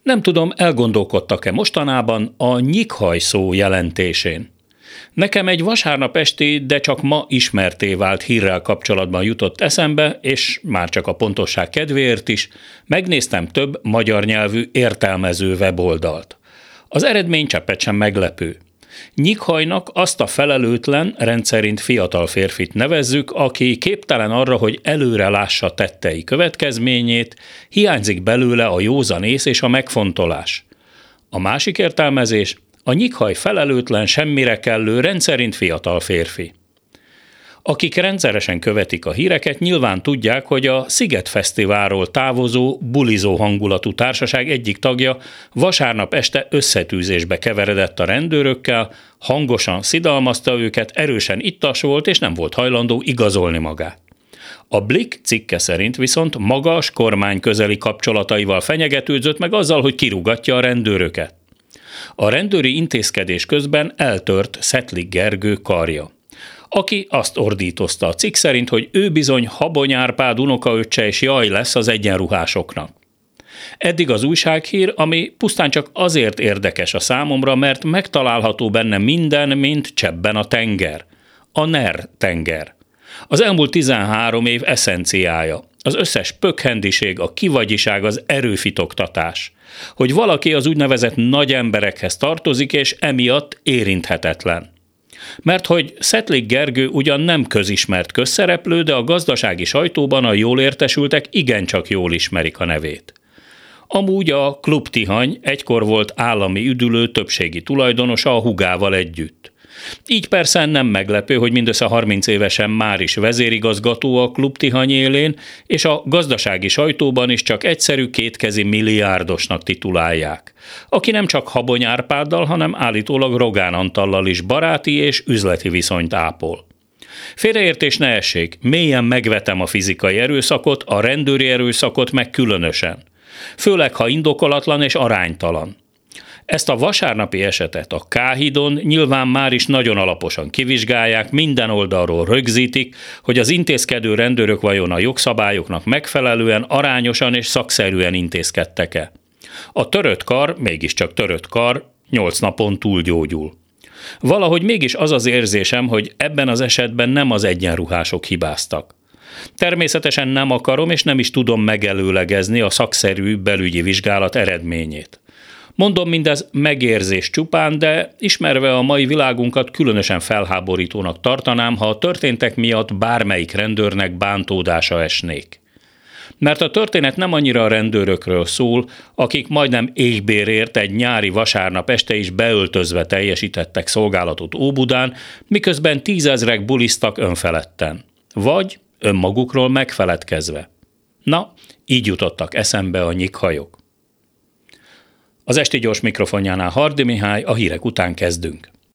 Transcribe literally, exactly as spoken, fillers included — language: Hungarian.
Nem tudom, elgondolkodtak-e mostanában a nyikhaj szó jelentésén. Nekem egy vasárnap esti, de csak ma ismerté vált hírrel kapcsolatban jutott eszembe, és már csak a pontosság kedvéért is, megnéztem több magyar nyelvű értelmező weboldalt. Az eredmény cseppet sem meglepő. Nyikhajnak azt a felelőtlen, rendszerint fiatal férfit nevezzük, aki képtelen arra, hogy előre lássa tettei következményét, hiányzik belőle a józan ész és a megfontolás. A másik értelmezés: a nyikhaj felelőtlen, semmire kellő, rendszerint fiatal férfi. Akik rendszeresen követik a híreket, nyilván tudják, hogy a Sziget Fesztiválról távozó, bulizó hangulatú társaság egyik tagja vasárnap este összetűzésbe keveredett a rendőrökkel, hangosan szidalmazta őket, erősen ittas volt és nem volt hajlandó igazolni magát. A Blick cikke szerint viszont magas, kormányközeli kapcsolataival fenyegetődzött meg azzal, hogy kirúgatja a rendőröket. A rendőri intézkedés közben eltört Szetlik Gergő karja, aki azt ordítozta a cikk szerint, hogy ő bizony Habony Árpád unokaöccse és jaj lesz az egyenruhásoknak. Eddig az újsághír, ami pusztán csak azért érdekes a számomra, mert megtalálható benne minden, mint cseppben a tenger. A NER tenger. Az elmúlt tizenhárom év eszenciája, az összes pökhendiség, a kivagyiság, az erőfitoktatás, hogy valaki az úgynevezett nagy emberekhez tartozik, és emiatt érinthetetlen. Mert hogy Szetlik Gergő ugyan nem közismert közszereplő, de a gazdasági sajtóban a jól értesültek igencsak jól ismerik a nevét. Amúgy a Klub Tihany egykor volt állami üdülő többségi tulajdonosa a hugával együtt. Így persze nem meglepő, hogy mindössze harminc évesen már is vezérigazgató a Klub Tihany élén, és a gazdasági sajtóban is csak egyszerű kétkezi milliárdosnak titulálják, aki nem csak Habony Árpáddal, hanem állítólag Rogán Antallal is baráti és üzleti viszonyt ápol. Félreértés ne essék, mélyen megvetem a fizikai erőszakot, a rendőri erőszakot meg különösen. Főleg, ha indokolatlan és aránytalan. Ezt a vasárnapi esetet a K-hídon nyilván már is nagyon alaposan kivizsgálják, minden oldalról rögzítik, hogy az intézkedő rendőrök vajon a jogszabályoknak megfelelően, arányosan és szakszerűen intézkedtek-e. A törött kar, mégiscsak törött kar, nyolc napon túlgyógyul. Valahogy mégis az az érzésem, hogy ebben az esetben nem az egyenruhások hibáztak. Természetesen nem akarom és nem is tudom megelőlegezni a szakszerű belügyi vizsgálat eredményét. Mondom, mindez megérzés csupán, de ismerve a mai világunkat különösen felháborítónak tartanám, ha a történtek miatt bármelyik rendőrnek bántódása esnék. Mert a történet nem annyira a rendőrökről szól, akik majdnem égbérért egy nyári vasárnap este is beöltözve teljesítettek szolgálatot Óbudán, miközben tízezrek bulisztak önfeledten. Vagy önmagukról megfeledkezve. Na, így jutottak eszembe a nyikhajok. Az esti gyors mikrofonjánál Hardy Mihály, a hírek után kezdünk.